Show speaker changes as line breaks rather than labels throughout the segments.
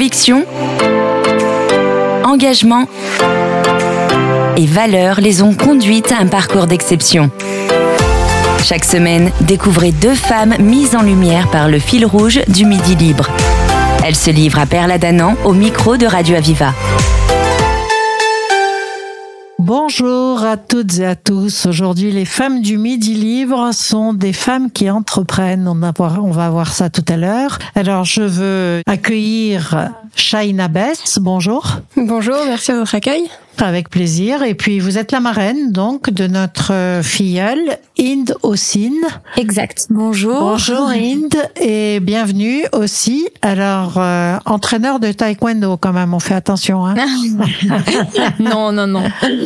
Conviction, engagement et valeurs les ont conduites à un parcours d'exception. Chaque semaine, découvrez 2 femmes mises en lumière par le fil rouge du Midi Libre. Elles se livrent à Perla-Danan au micro de Radio Aviva.
Bonjour à toutes et à tous. Aujourd'hui, les femmes du Midi Libre sont des femmes qui entreprennent. On va voir ça tout à l'heure. Alors, je veux accueillir Shaina Bess. Bonjour.
Bonjour, merci à votre accueil.
Avec plaisir. Et puis, vous êtes la marraine, donc, de notre filleule, Inde Ossine.
Exact. Bonjour.
Bonjour, Inde. Et bienvenue aussi. Alors, entraîneur de taekwondo, quand même, on fait attention, hein.
Non.
Non,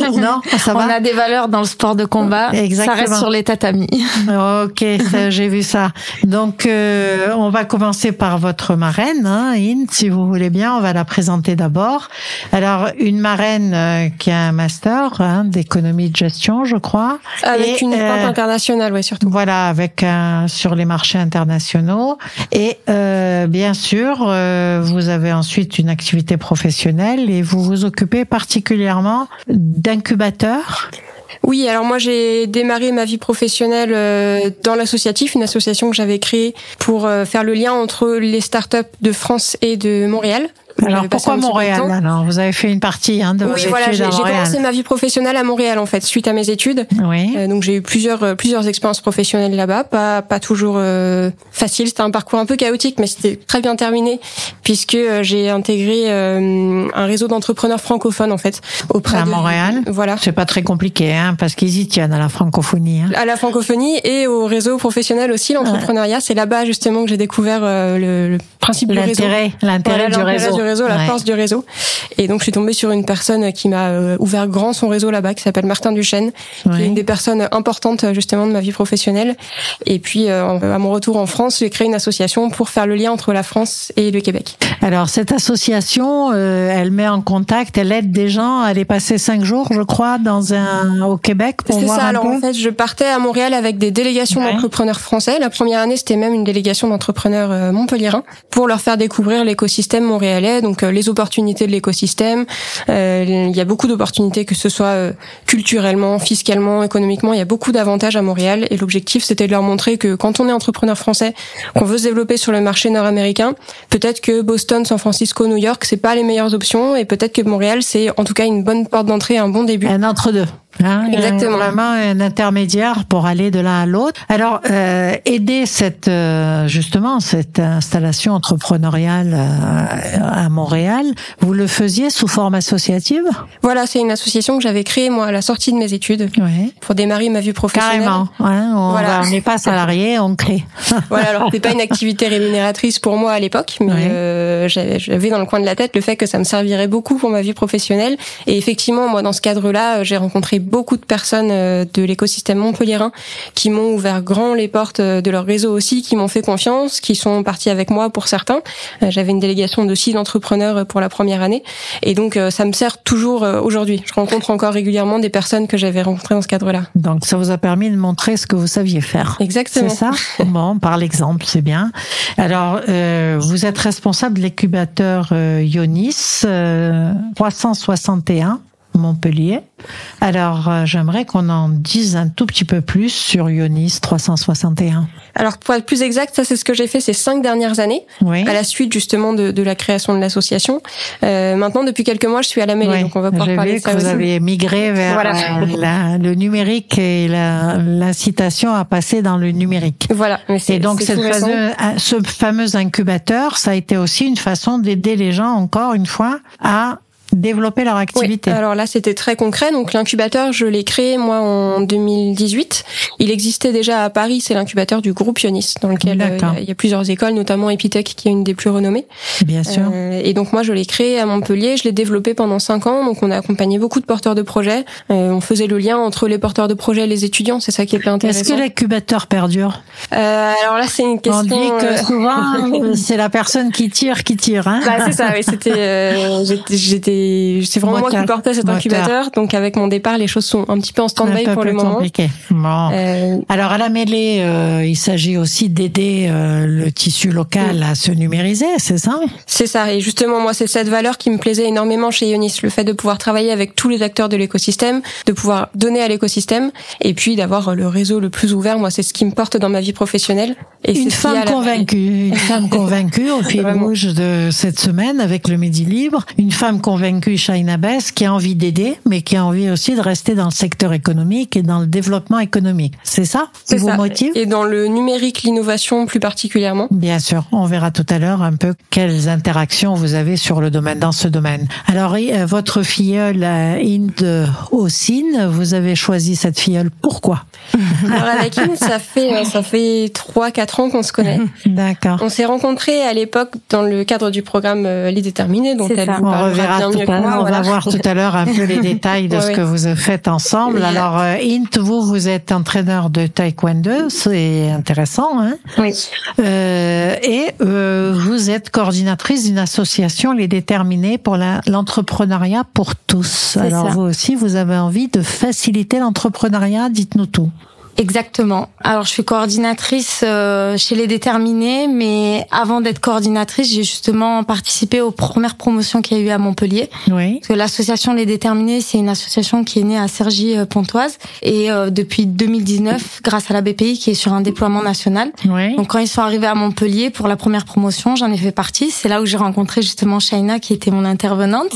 ça va.
On a des valeurs dans le sport de combat.
Exactement.
Ça reste sur les tatamis.
Ok, j'ai vu ça. Donc, on va commencer par votre marraine, hein, Inde, si vous voulez bien. On va la présenter d'abord. Alors, une marraine qui a un master d'économie de gestion, je crois.
Avec une pente internationale, oui, surtout.
Voilà, avec sur les marchés internationaux. Et bien sûr, vous avez ensuite une activité professionnelle et vous vous occupez particulièrement d'incubateurs.
Oui, alors moi j'ai démarré ma vie professionnelle dans l'associatif, une association que j'avais créée pour faire le lien entre les startups de France et de Montréal.
Alors pourquoi Montréal alors? Vous avez fait une partie de vos études à Montréal.
J'ai commencé ma vie professionnelle à Montréal en fait, suite à mes études.
Oui.
Donc j'ai eu plusieurs expériences professionnelles là-bas, pas toujours facile. C'était un parcours un peu chaotique, mais c'était très bien terminé puisque j'ai intégré un réseau d'entrepreneurs francophones en fait
à Montréal.
Voilà.
C'est pas très compliqué parce qu'ils y tiennent à la francophonie.
À la francophonie et au réseau professionnel aussi, l'entrepreneuriat. C'est là-bas justement que j'ai découvert le principe du réseau.
L'intérêt du réseau.
La force du réseau. Et donc, je suis tombée sur une personne qui m'a ouvert grand son réseau là-bas, qui s'appelle Martin Duchesne, qui est une des personnes importantes, justement, de ma vie professionnelle. Et puis, à mon retour en France, j'ai créé une association pour faire le lien entre la France et le Québec.
Alors, cette association, elle met en contact, elle aide des gens à aller passer 5 jours, je crois, au Québec pour voir un peu.
C'est ça. Alors, en fait, je partais à Montréal avec des délégations d'entrepreneurs français. La première année, c'était même une délégation d'entrepreneurs montpelliérains pour leur faire découvrir l'écosystème montréalais. Donc les opportunités de l'écosystème, il y a beaucoup d'opportunités, que ce soit culturellement, fiscalement, économiquement, il y a beaucoup d'avantages à Montréal et l'objectif c'était de leur montrer que quand on est entrepreneur français, qu'on veut se développer sur le marché nord-américain, peut-être que Boston, San Francisco, New York, c'est pas les meilleures options et peut-être que Montréal c'est en tout cas une bonne porte d'entrée, un bon début.
Un entre-deux.
Exactement.
Vraiment un intermédiaire pour aller de l'un à l'autre. Alors, aider cette installation entrepreneuriale à Montréal, vous le faisiez sous forme associative?
Voilà, c'est une association que j'avais créée moi à la sortie de mes études pour démarrer ma vie professionnelle.
Carrément. On n'est pas salarié, on crée.
Voilà, alors c'était pas une activité rémunératrice pour moi à l'époque, mais j'avais dans le coin de la tête le fait que ça me servirait beaucoup pour ma vie professionnelle. Et effectivement, moi dans ce cadre-là, j'ai rencontré beaucoup de personnes de l'écosystème montpelliérain qui m'ont ouvert grand les portes de leur réseau aussi, qui m'ont fait confiance, qui sont partis avec moi pour certains. J'avais une délégation de 6 entrepreneurs pour la première année et donc ça me sert toujours aujourd'hui. Je rencontre encore régulièrement des personnes que j'avais rencontrées dans ce cadre-là.
Donc ça vous a permis de montrer ce que vous saviez faire.
Exactement.
C'est ça? Bon, par l'exemple, c'est bien. Alors, vous êtes responsable de l'incubateur Ionis 361. Montpellier. Alors, j'aimerais qu'on en dise un tout petit peu plus sur Ionis 361.
Alors, pour être plus exact, ça c'est ce que j'ai fait ces 5 dernières années, à la suite justement de la création de l'association. Maintenant, depuis quelques mois, je suis à la mêlée, donc on va pouvoir parler de ça aussi.
Vous avez migré vers le numérique et l'incitation à passer dans le numérique.
Voilà.
Et donc, ce fameux incubateur, ça a été aussi une façon d'aider les gens, encore une fois, à développer leur activité.
Oui, alors là, c'était très concret. Donc, l'incubateur, je l'ai créé, moi, en 2018. Il existait déjà à Paris. C'est l'incubateur du groupe Ionis, dans lequel il y a plusieurs écoles, notamment Epitech, qui est une des plus renommées.
Bien sûr.
Et donc, moi, je l'ai créé à Montpellier. Je l'ai développé pendant 5 ans. Donc, on a accompagné beaucoup de porteurs de projets. On faisait le lien entre les porteurs de projets et les étudiants. C'est ça qui est plus intéressant.
Est-ce que l'incubateur perdure?
Alors là, c'est une question...
On dit que souvent, c'est la personne qui tire, hein.
Bah, c'est ça, oui. J'étais c'est vraiment moi qui portais cet incubateur. Donc avec mon départ, les choses sont un petit peu en stand-by pour le moment.
Bon. Alors à la mêlée, il s'agit aussi d'aider le tissu local à se numériser, c'est ça?
C'est ça. Et justement, moi, c'est cette valeur qui me plaisait énormément chez Ionis, le fait de pouvoir travailler avec tous les acteurs de l'écosystème, de pouvoir donner à l'écosystème, et puis d'avoir le réseau le plus ouvert. Moi, c'est ce qui me porte dans ma vie professionnelle. Et
une femme convaincue au fil rouge de cette semaine avec le Midi Libre, une femme convaincue, Shaina Bess, qui a envie d'aider, mais qui a envie aussi de rester dans le secteur économique et dans le développement économique. C'est ça qui vous motive?
Et dans le numérique, l'innovation plus particulièrement.
Bien sûr, on verra tout à l'heure un peu quelles interactions vous avez sur le domaine, dans ce domaine. Alors, votre filleule Inde Hossein, vous avez choisi cette filleule, pourquoi?
Alors avec Inde, ça fait 3-4 ans qu'on se connaît.
D'accord.
On s'est rencontrés à l'époque dans le cadre du programme Les Déterminés, donc elle vous parlera bien mieux que moi.
On va voir tout à l'heure un peu les détails de ce que vous faites ensemble. Alors, Inde, vous êtes entraîneur de taekwondo, c'est intéressant, hein?
Oui.
Vous êtes coordinatrice d'une association, Les Déterminés, pour l'entrepreneuriat pour tous. Alors vous aussi, vous avez envie de faciliter l'entrepreneuriat, dites-nous tout.
Exactement. Alors, je suis coordinatrice chez Les Déterminés, mais avant d'être coordinatrice, j'ai justement participé aux premières promotions qu'il y a eu à Montpellier.
Oui.
Parce que l'association Les Déterminés, c'est une association qui est née à Cergy-Pontoise et depuis 2019, grâce à la BPI, qui est sur un déploiement national.
Oui.
Donc, quand ils sont arrivés à Montpellier pour la première promotion, j'en ai fait partie. C'est là où j'ai rencontré justement Shaina, qui était mon intervenante.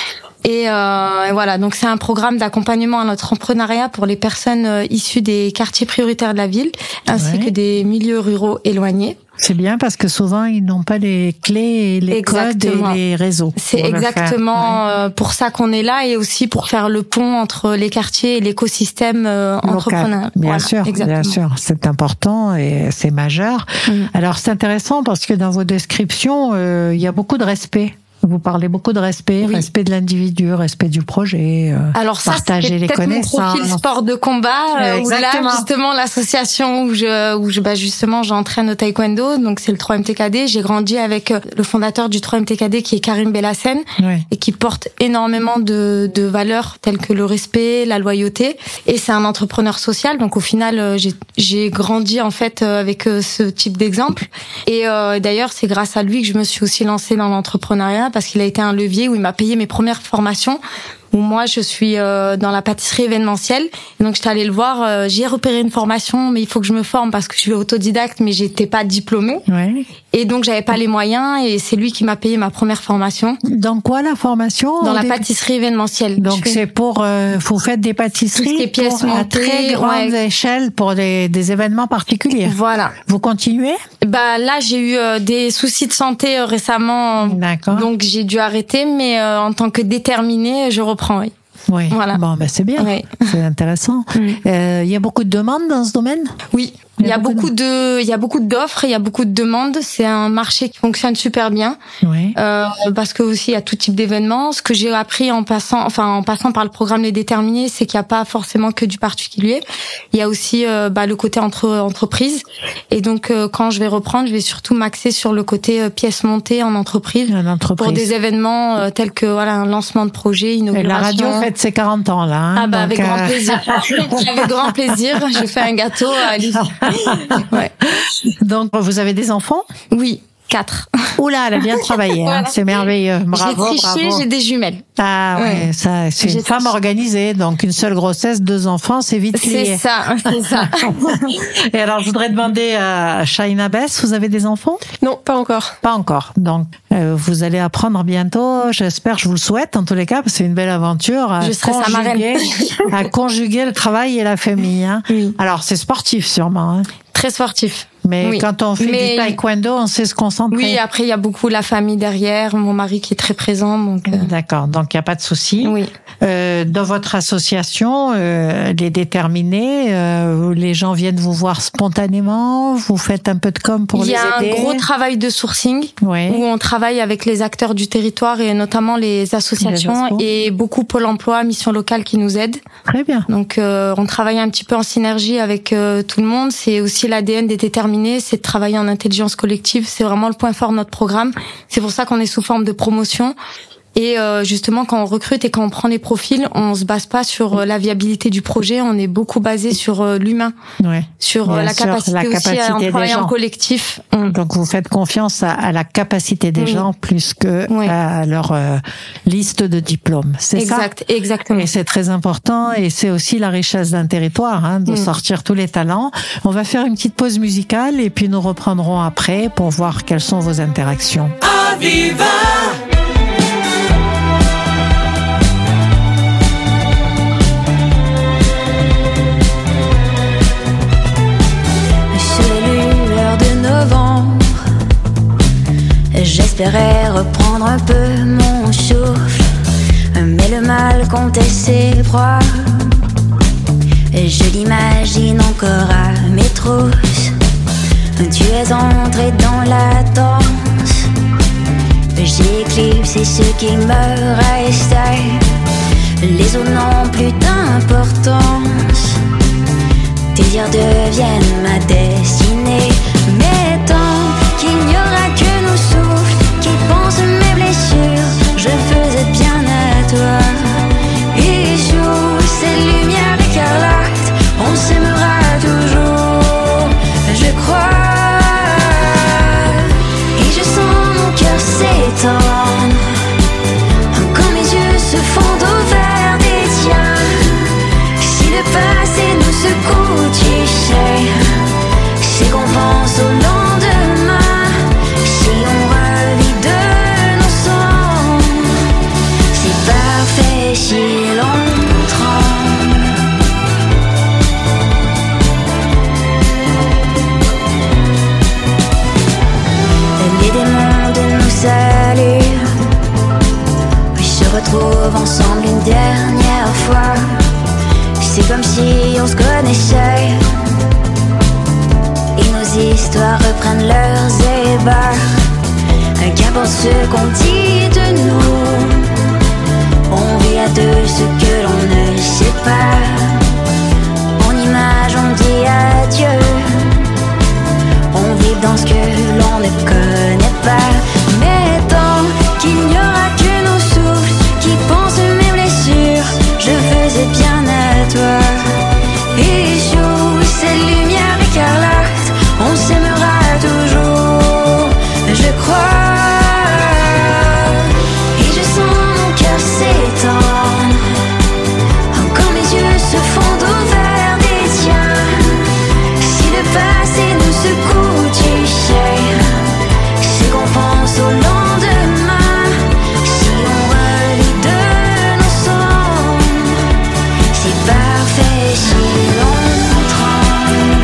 Et voilà, donc c'est un programme d'accompagnement à l'entrepreneuriat pour les personnes issues des quartiers prioritaires de la ville, ainsi que des milieux ruraux éloignés.
C'est bien parce que souvent ils n'ont pas les clés et les codes et les réseaux.
C'est exactement pour ça qu'on est là et aussi pour faire le pont entre les quartiers et l'écosystème entrepreneurial.
Bien sûr, c'est important et c'est majeur. Alors c'est intéressant parce que dans vos descriptions, il y a beaucoup de respect. Vous parlez beaucoup de respect, respect de l'individu, respect du projet,
alors ça,
partager les connaissances.
Mon profil sport de combat, où là justement l'association où justement j'entraîne au taekwondo, donc c'est le 3MTKD. J'ai grandi avec le fondateur du 3MTKD qui est Karim Bellassène et qui porte énormément de valeurs telles que le respect, la loyauté. Et c'est un entrepreneur social, donc au final j'ai grandi en fait avec ce type d'exemple. Et d'ailleurs c'est grâce à lui que je me suis aussi lancée dans l'entrepreneuriat, parce qu'il a été un levier où il m'a payé mes premières formations, où moi je suis dans la pâtisserie événementielle. Et donc j'étais allée le voir, j'ai repéré une formation, mais il faut que je me forme parce que je suis autodidacte, mais j'étais pas diplômée.
Ouais.
Et donc j'avais pas les moyens, et c'est lui qui m'a payé ma première formation.
Dans quoi la formation?
Dans la pâtisserie événementielle.
Donc c'est pour vous faites des pâtisseries
des pièces
pour
montées,
à très grande échelle pour des événements particuliers.
Voilà.
Vous continuez?
Bah là j'ai eu des soucis de santé récemment.
D'accord.
Donc j'ai dû arrêter, mais en tant que déterminée, je reprends. Oui.
Oui. Voilà. Bon, ben c'est bien. Oui. C'est intéressant. Il y a beaucoup de demandes dans ce domaine?
Oui. Il y a beaucoup d'offres, il y a beaucoup de demandes. C'est un marché qui fonctionne super bien.
Oui.
Parce que aussi il y a tout type d'événements. Ce que j'ai appris en passant par le programme Les Déterminés, c'est qu'il n'y a pas forcément que du particulier. Il y a aussi le côté entreprise. Et donc quand je vais reprendre, je vais surtout m'axer sur le côté pièces montées en entreprise. Pour des événements tels que un lancement de projet, inauguration.
Et la radio fête ses 40 ans là. Hein, donc,
avec grand plaisir. Avec grand plaisir. Je fais un gâteau à Alice.
Ouais. Donc, vous avez des enfants?
Oui, 4.
Oula, elle a bien travaillé, hein. C'est merveilleux. Bravo,
j'ai triché, j'ai des jumelles.
Ah ouais, ça, c'est une femme organisée. Donc, une seule grossesse, 2 enfants, c'est vite plié.
C'est ça.
Et alors, je voudrais demander à Shaina Bess, vous avez des enfants?
Non, pas encore.
Pas encore. Donc, vous allez apprendre bientôt, j'espère, je vous le souhaite, en tous les cas, parce que c'est une belle aventure.
Je serai sa marraine.
À conjuguer le travail et la famille, hein.
Oui.
Alors, c'est sportif, sûrement, hein.
Très sportif.
Mais quand on fait du taekwondo, on sait se concentrer.
Oui, après il y a beaucoup la famille derrière, mon mari qui est très présent, donc.
D'accord, donc il y a pas de souci.
Oui.
Dans votre association, Les Déterminés, les gens viennent vous voir spontanément. Vous faites un peu de com pour les aider.
Il y a un gros travail de sourcing où on travaille avec les acteurs du territoire et notamment les associations et beaucoup Pôle Emploi, Mission Locale qui nous aident.
Très bien.
Donc on travaille un petit peu en synergie avec tout le monde. C'est aussi l'ADN des Déterminés, c'est de travailler en intelligence collective. C'est vraiment le point fort de notre programme. C'est pour ça qu'on est sous forme de promotion. Et justement, quand on recrute et quand on prend les profils, on se base pas sur la viabilité du projet, on est beaucoup basé sur l'humain, sur la capacité aussi à travailler en collectif.
Donc vous faites confiance à la capacité des gens plus que à leur liste de diplômes, c'est ça?
Exactement.
Et c'est très important, et c'est aussi la richesse d'un territoire, de sortir tous les talents. On va faire une petite pause musicale et puis nous reprendrons après pour voir quelles sont vos interactions.
Aviva!
J'espérais reprendre un peu mon souffle, mais le mal comptait ses proies. Je l'imagine encore à mes trousses. Tu es entré dans la danse. J'ai éclipsé ce qui me restait. Les autres n'ont plus d'importance. Tes dires deviennent ma destinée. Mais tant qu'il n'y aura que nos souffles qui pensent mes blessures, je faisais bien à toi. Et sous ces lumières écarlates, on s'aimera toujours, je crois. Et je sens mon cœur s'étendre quand mes yeux se font au vert des tiens. Si le passé nous secoue, tu sais, c'est qu'on pense au lendemain. Si on revit de nos songs, c'est parfait si l'on tremble. Les démons de nous saluent, puis se retrouvent ensemble une dernière fois. C'est comme si on se connaissait, et nos histoires reprennent leurs ébats. Qu'importe ce qu'on dit de nous, on vit à deux ce que l'on ne sait pas. En image on dit adieu, on vit dans ce que l'on ne connaît pas. Mais tant qu'il n'y aura que nos souffles qui pensent mes blessures, je faisais bien à toi. Et sous ces lumières écarlates, on s'aimera toujours, je crois. Et je sens mon cœur s'étendre quand mes yeux se font au vert des tiens. Si le passé nous secoue, tu sais, c'est qu'on pense au lendemain. Si on relit de nos songs, c'est parfait si l'on tremble.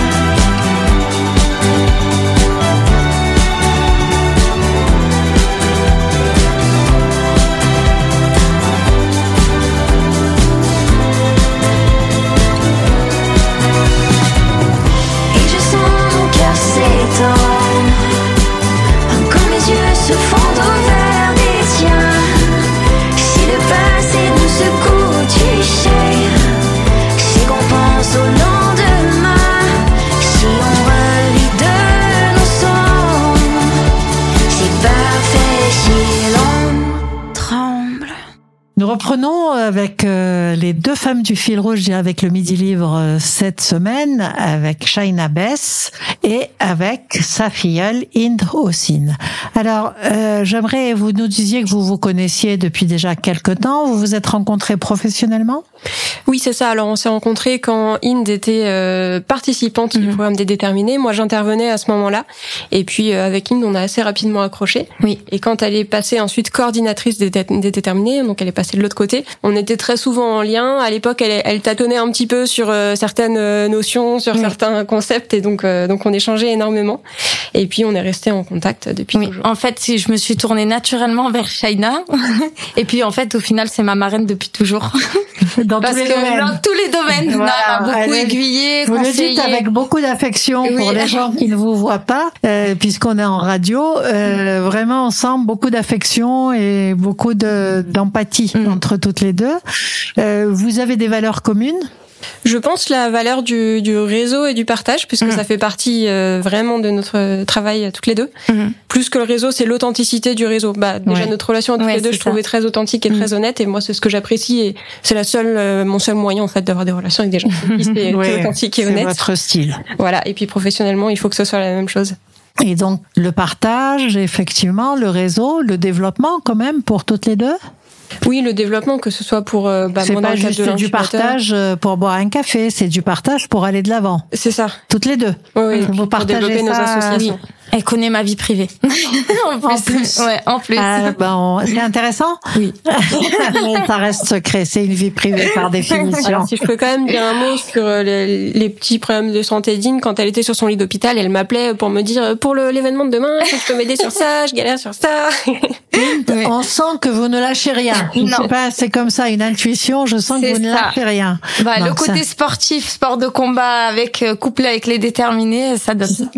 Et je sens mon cœur s'étendre quand mes yeux se font au vert des tiens. Si le passé nous secoue, tu sais, c'est qu'on pense au lendemain. Si on relit de nos songs, c'est parfait si l'on tremble.
Nous reprenons avec les deux femmes du fil rouge avec le Midi Libre cette semaine, avec Shaina Bess et avec sa filleule Inde Hossein. Alors, j'aimerais vous nous disiez que vous vous connaissiez depuis déjà quelque temps. Vous vous êtes rencontrés professionnellement?
Oui, c'est ça. Alors, on s'est rencontrés quand Inde était participante du programme des Déterminés. Moi, j'intervenais à ce moment-là. Et puis, avec Inde, on a assez rapidement accroché.
Oui.
Et quand elle est passée ensuite coordinatrice des Déterminés, donc elle est passée de l'autre côté, on était très souvent en lien. À l'époque, elle tâtonnait un petit peu sur certaines notions, sur certains concepts, et donc on échangeait énormément. Et puis, on est resté en contact depuis toujours.
En fait, si je me suis tournée naturellement vers Shaina, et puis en fait, au final, c'est ma marraine depuis toujours.
Dans tous les domaines.
Dans tous les domaines.
Voilà.
Elle m'a beaucoup aiguillée,
vous
conseillée.
le dites avec beaucoup d'affection pour les gens qui ne vous voient pas, puisqu'on est en radio. Vraiment, on sent beaucoup d'affection et beaucoup d'empathie entre toutes les deux. Vous avez des valeurs communes?
Je pense la valeur du réseau et du partage, puisque ça fait partie vraiment de notre travail toutes les deux. Plus que le réseau, c'est l'authenticité du réseau. Déjà notre relation toutes les deux, je trouvais très authentique et très honnête, et moi c'est ce que j'apprécie, et c'est mon seul moyen en fait d'avoir des relations avec des gens qui authentiques et honnêtes.
C'est votre style.
Voilà, et puis professionnellement, il faut que ce soit la même chose.
Et donc le partage, effectivement, le réseau, le développement quand même pour toutes les deux.
Oui, le développement, que ce soit pour
c'est pas juste du partage pour boire un café, c'est du partage pour aller de l'avant.
C'est ça.
Toutes les deux.
Oui,
vous partagez
développer nos associations.
Oui. Elle connaît ma vie privée.
En plus.
Ouais, en plus.
C'est intéressant.
Oui.
Mais ça reste secret, c'est une vie privée par définition.
Alors, si je peux quand même dire un mot sur les petits problèmes de santé d'Ine, quand elle était sur son lit d'hôpital, elle m'appelait pour me dire pour l'événement de demain, est-ce que tu peux m'aider sur ça, je galère sur ça.
On sent que vous ne lâchez rien.
Non.
C'est comme ça, une intuition, je sens que vous ne lâchez rien.
Le côté sportif, sport de combat avec couplé avec les déterminés, ça donne ça.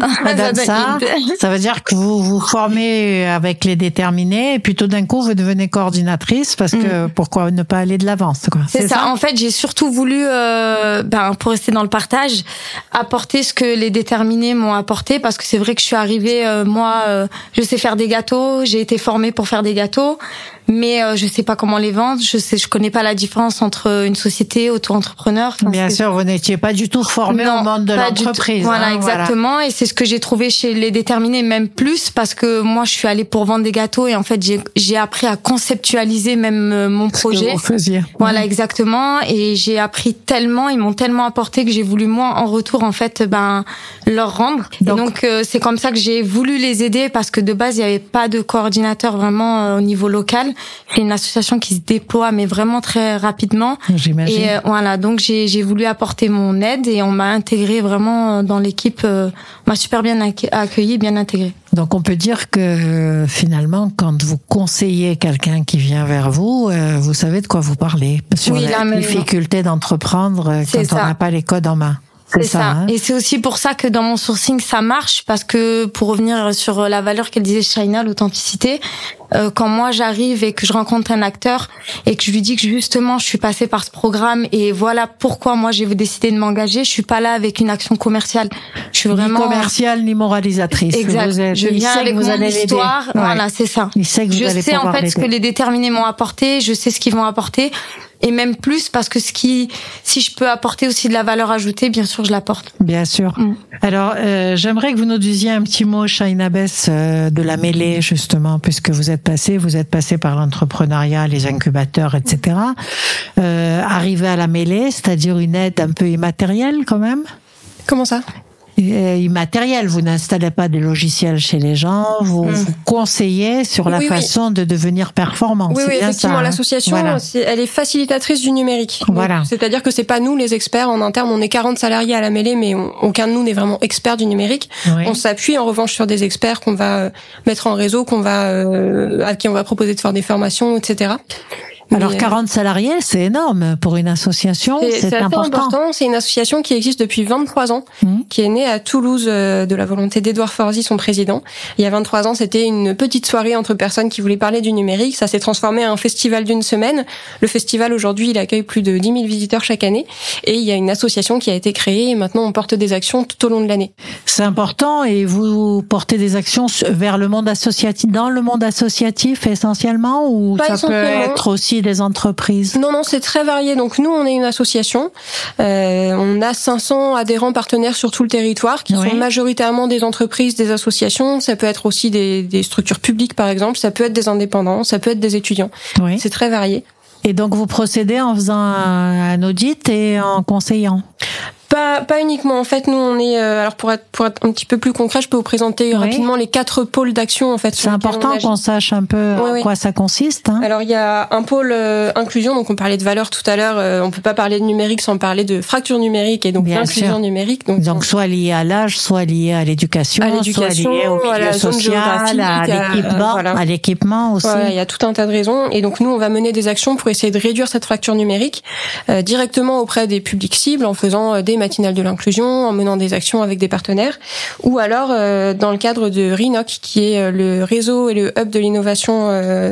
Ça veut dire que vous vous formez avec les déterminés et puis tout d'un coup vous devenez coordinatrice parce que pourquoi ne pas aller de l'avant,
c'est ça. En fait, j'ai surtout voulu pour rester dans le partage, apporter ce que les déterminés m'ont apporté, parce que c'est vrai que je suis arrivée je sais faire des gâteaux, j'ai été formée pour faire des gâteaux, mais je sais pas comment les vendre, je connais pas la différence entre une société auto-entrepreneur.
Bien sûr, vous n'étiez pas du tout formée au monde de l'entreprise.
Voilà, exactement. Et c'est ce que j'ai trouvé chez les déterminés, même plus, parce que moi, je suis allée pour vendre des gâteaux et en fait, j'ai appris à conceptualiser même mon projet.
Ce que vous faisiez.
Voilà, exactement. Et j'ai appris tellement, ils m'ont tellement apporté que j'ai voulu moi, en retour, en fait, leur rendre. Donc c'est comme ça que j'ai voulu les aider, parce que de base, il y avait pas de coordinateur vraiment au niveau local. C'est une association qui se déploie, mais vraiment très rapidement.
J'imagine.
Et voilà, donc j'ai voulu apporter mon aide et on m'a intégré vraiment dans l'équipe. On m'a super bien accueilli, bien intégré.
Donc on peut dire que finalement, quand vous conseillez quelqu'un qui vient vers vous, vous savez de quoi vous parlez sur la difficulté d'entreprendre quand on n'a pas les codes en main.
C'est ça. Hein. Et c'est aussi pour ça que dans mon sourcing, ça marche, parce que pour revenir sur la valeur qu'elle disait Shaina, l'authenticité, quand moi j'arrive et que je rencontre un acteur et que je lui dis que justement je suis passée par ce programme et voilà pourquoi moi j'ai décidé de m'engager, je suis pas là avec une action commerciale. Je suis vraiment
ni commerciale ni moralisatrice.
Exact. Je viens avec mon histoire. Voilà, c'est ça.
Il sait que vous allez
sais en fait ce que les déterminés m'ont apporté, je sais ce qu'ils vont apporter. Et même plus, parce que si je peux apporter aussi de la valeur ajoutée, bien sûr, je l'apporte.
Bien sûr. Alors, j'aimerais que vous nous disiez un petit mot, Shaina Bess, de la mêlée, justement, puisque vous êtes passé par l'entrepreneuriat, les incubateurs, etc. Arrivé à la mêlée, c'est-à-dire une aide un peu immatérielle, quand même.
Comment ça?
Immatériel, vous n'installez pas des logiciels chez les gens, vous conseillez sur la façon de devenir performant.
Oui, effectivement, ça, l'association, elle est facilitatrice du numérique. Voilà. C'est-à-dire que c'est pas nous les experts en interne, on est 40 salariés à la mêlée, mais aucun de nous n'est vraiment expert du numérique. Oui. On s'appuie en revanche sur des experts qu'on va mettre en réseau, à qui on va proposer de faire des formations, etc.
Alors 40 salariés, c'est énorme pour une association, c'est important.
C'est une association qui existe depuis 23 ans, qui est née à Toulouse de la volonté d'Edouard Forzy, son président. Il y a 23 ans, c'était une petite soirée entre personnes qui voulaient parler du numérique. Ça s'est transformé en un festival d'une semaine. Le festival, aujourd'hui, il accueille plus de 10 000 visiteurs chaque année. Et il y a une association qui a été créée et maintenant on porte des actions tout au long de l'année.
C'est important, et vous portez des actions vers le monde associatif, dans le monde associatif essentiellement, ou
pas
ça peut être aussi des entreprises?
Non, c'est très varié. Donc nous, on est une association. On a 500 adhérents partenaires sur tout le territoire, qui sont majoritairement des entreprises, des associations. Ça peut être aussi des structures publiques, par exemple. Ça peut être des indépendants, ça peut être des étudiants. Oui. C'est très varié.
Et donc vous procédez en faisant un audit et en conseillant?
Pas uniquement. En fait, nous, on est, alors pour être un petit peu plus concret, je peux vous présenter rapidement les 4 pôles d'action, en fait.
C'est important qu'on sache un peu en quoi ça consiste, hein.
Alors, il y a un pôle inclusion, donc on parlait de valeur tout à l'heure, on peut pas parler de numérique sans parler de fracture numérique et donc d'inclusion numérique.
Donc soit lié à l'âge, soit lié à l'éducation, soit lié au milieu social, à l'équipement aussi.
Voilà, il y a tout un tas de raisons. Et donc, nous, on va mener des actions pour essayer de réduire cette fracture numérique, directement auprès des publics cibles, en faisant des matinales de l'inclusion, en menant des actions avec des partenaires, ou alors dans le cadre de RINOC, qui est le réseau et le hub de l'innovation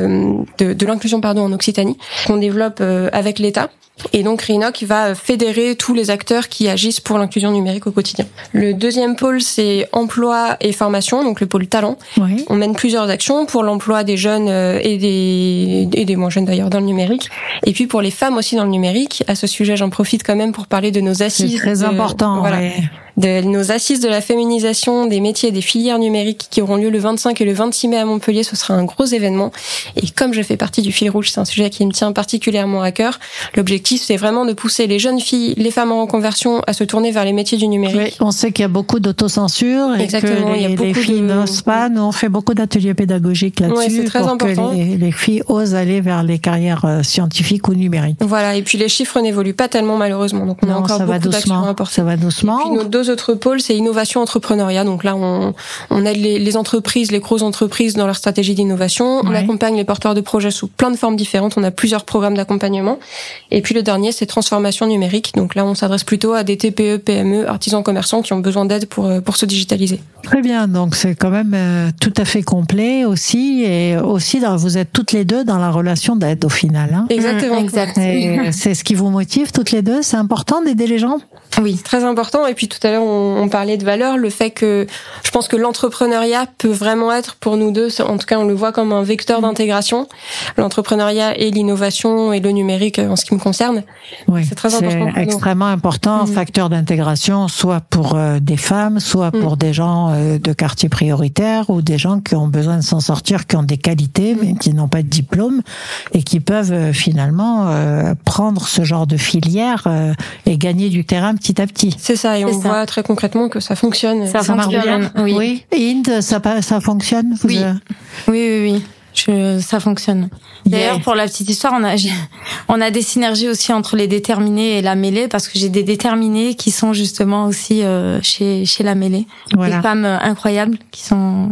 de l'inclusion en Occitanie, qu'on développe avec l'État. Et donc RINOC va fédérer tous les acteurs qui agissent pour l'inclusion numérique au quotidien. Le deuxième pôle, c'est emploi et formation, donc le pôle talent. Oui. On mène plusieurs actions pour l'emploi des jeunes et des moins jeunes d'ailleurs dans le numérique. Et puis pour les femmes aussi dans le numérique. À ce sujet, j'en profite quand même pour parler de nos assises.
C'est très important.
Voilà.
Ouais.
De nos assises de la féminisation des métiers et des filières numériques qui auront lieu le 25 et le 26 mai à Montpellier. Ce sera un gros événement. Et comme je fais partie du fil rouge, c'est un sujet qui me tient particulièrement à cœur. L'objectif, c'est vraiment de pousser les jeunes filles, les femmes en reconversion à se tourner vers les métiers du numérique.
Oui, on sait qu'il y a beaucoup d'autocensure et
exactement,
que les filles n'osent pas. Nous, on fait beaucoup d'ateliers pédagogiques là-dessus.
Ouais, c'est très
pour
important.
Que les filles osent aller vers les carrières scientifiques ou numériques.
Voilà. Et puis les chiffres n'évoluent pas tellement malheureusement. Donc on a encore beaucoup d'actions à apporter.
Ça va doucement.
Et puis nos deux autres pôles, c'est innovation entrepreneuriat. Donc là, on aide les entreprises, les grosses entreprises dans leur stratégie d'innovation. On accompagne les porteurs de projets sous plein de formes différentes. On a plusieurs programmes d'accompagnement. Et puis le dernier, c'est transformation numérique. Donc là, on s'adresse plutôt à des TPE, PME, artisans commerçants qui ont besoin d'aide pour se digitaliser.
Très bien. Donc c'est quand même tout à fait complet aussi. Et aussi, vous êtes toutes les deux dans la relation d'aide au final. Hein.
Exactement.
Exact.
Et c'est ce qui vous motive toutes les deux. C'est important d'aider les gens.
Oui, très important. Et puis tout à l'heure, on parlait de valeur, le fait que je pense que l'entrepreneuriat peut vraiment être pour nous deux, en tout cas on le voit comme un vecteur d'intégration, l'entrepreneuriat et l'innovation et le numérique en ce qui me concerne.
Oui,
c'est très important.
C'est extrêmement important, facteur d'intégration, soit pour des femmes, soit pour des gens de quartiers prioritaires ou des gens qui ont besoin de s'en sortir, qui ont des qualités mais qui n'ont pas de diplôme et qui peuvent finalement prendre ce genre de filière et gagner du terrain petit à petit.
C'est ça, et on voit très concrètement que ça fonctionne.
Ça fonctionne, oui.
Inde, ça fonctionne.
Oui. Ça fonctionne. D'ailleurs, pour la petite histoire, on a des synergies aussi entre les déterminés et la mêlée, parce que j'ai des déterminés qui sont justement aussi chez la mêlée. Voilà. Des femmes incroyables qui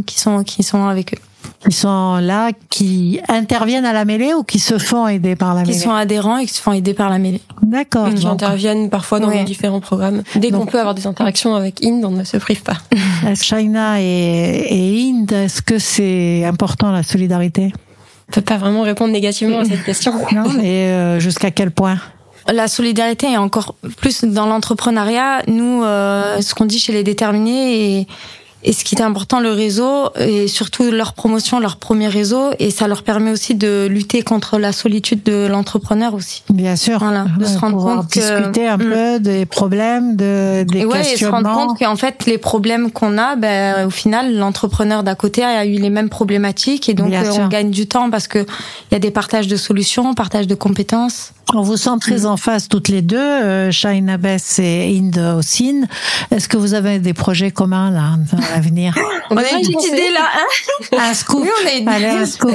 sont avec eux.
Qui sont là, qui interviennent à la mêlée ou qui se font aider par la mêlée?
Qui sont adhérents et qui se font aider par la mêlée.
D'accord.
Et qui interviennent parfois dans nos différents programmes. Dès qu'on peut avoir des interactions avec Inde, on ne se prive pas.
Shaina et Inde, est-ce que c'est important la solidarité?
On peut pas vraiment répondre négativement à cette question.
Non, mais jusqu'à quel point?
La solidarité est encore plus dans l'entrepreneuriat. Nous, ce qu'on dit chez les déterminés et ce qui est important, le réseau, et surtout leur promotion, leur premier réseau, et ça leur permet aussi de lutter contre la solitude de l'entrepreneur aussi.
Bien sûr.
Voilà, de se rendre compte que
discuter un peu des problèmes, des questionnements.
Et se rendre compte qu'en fait, les problèmes qu'on a, au final, l'entrepreneur d'à côté a eu les mêmes problématiques, et donc on gagne du temps parce que il y a des partages de solutions, partage de compétences.
On vous sent très en face toutes les deux, Shaina Bess et Inde Hossein. Est-ce que vous avez des projets communs là dans l'avenir?
On a une petite idée là, hein?
Un scoop.
Oui, on a une...
Allez, un scoop.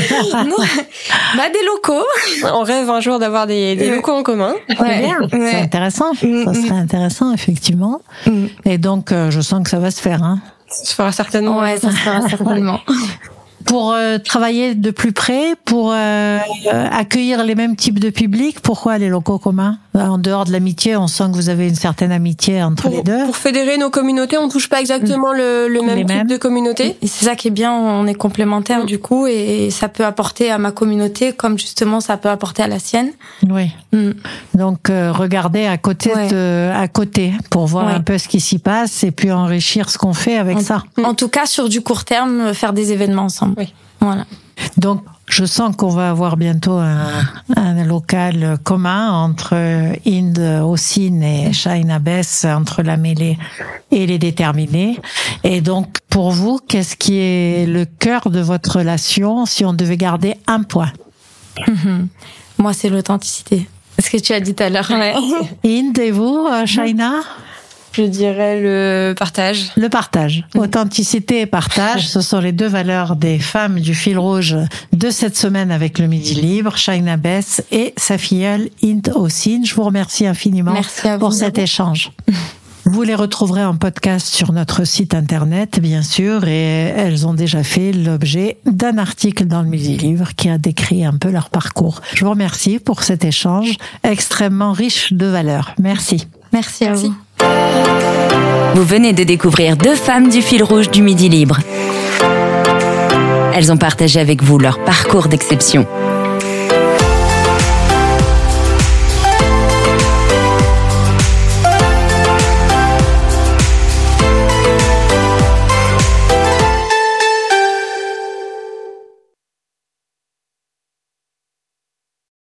Des locaux.
On rêve un jour d'avoir des locaux en commun.
Ouais. Bien. Ouais. C'est intéressant. Ça serait intéressant effectivement. Et donc je sens que ça va se faire. Hein.
Ça se fera certainement.
Ouais, ça se fera certainement.
Pour travailler de plus près, pour accueillir les mêmes types de publics, pourquoi les locaux communs? En dehors de l'amitié, on sent que vous avez une certaine amitié entre les deux.
Pour fédérer nos communautés, on touche pas exactement le même type de communauté.
Et c'est ça qui est bien, on est complémentaires du coup, et ça peut apporter à ma communauté comme justement ça peut apporter à la sienne.
Oui. Donc regardez à côté pour voir un peu ce qui s'y passe et puis enrichir ce qu'on fait avec ça.
En tout cas, sur du court terme, faire des événements ensemble.
Oui.
Voilà.
Donc, je sens qu'on va avoir bientôt un local commun entre Inde Hossein et Shaina Bess, entre la mêlée et les déterminés. Et donc, pour vous, qu'est-ce qui est le cœur de votre relation si on devait garder un point?
Moi, c'est l'authenticité. Ce que tu as dit tout à l'heure.
Inde et vous, Shaina?
Je dirais le partage.
Le partage. Authenticité et partage, ce sont les deux valeurs des femmes du fil rouge de cette semaine avec le Midi Libre, Shaina Bess et sa filleule Inde Hossein. Je vous remercie infiniment pour cet échange. Vous les retrouverez en podcast sur notre site internet, bien sûr, et elles ont déjà fait l'objet d'un article dans le Midi Libre qui a décrit un peu leur parcours. Je vous remercie pour cet échange extrêmement riche de valeurs. Merci.
Merci à vous.
Vous venez de découvrir 2 femmes du fil rouge du Midi Libre. Elles ont partagé avec vous leur parcours d'exception.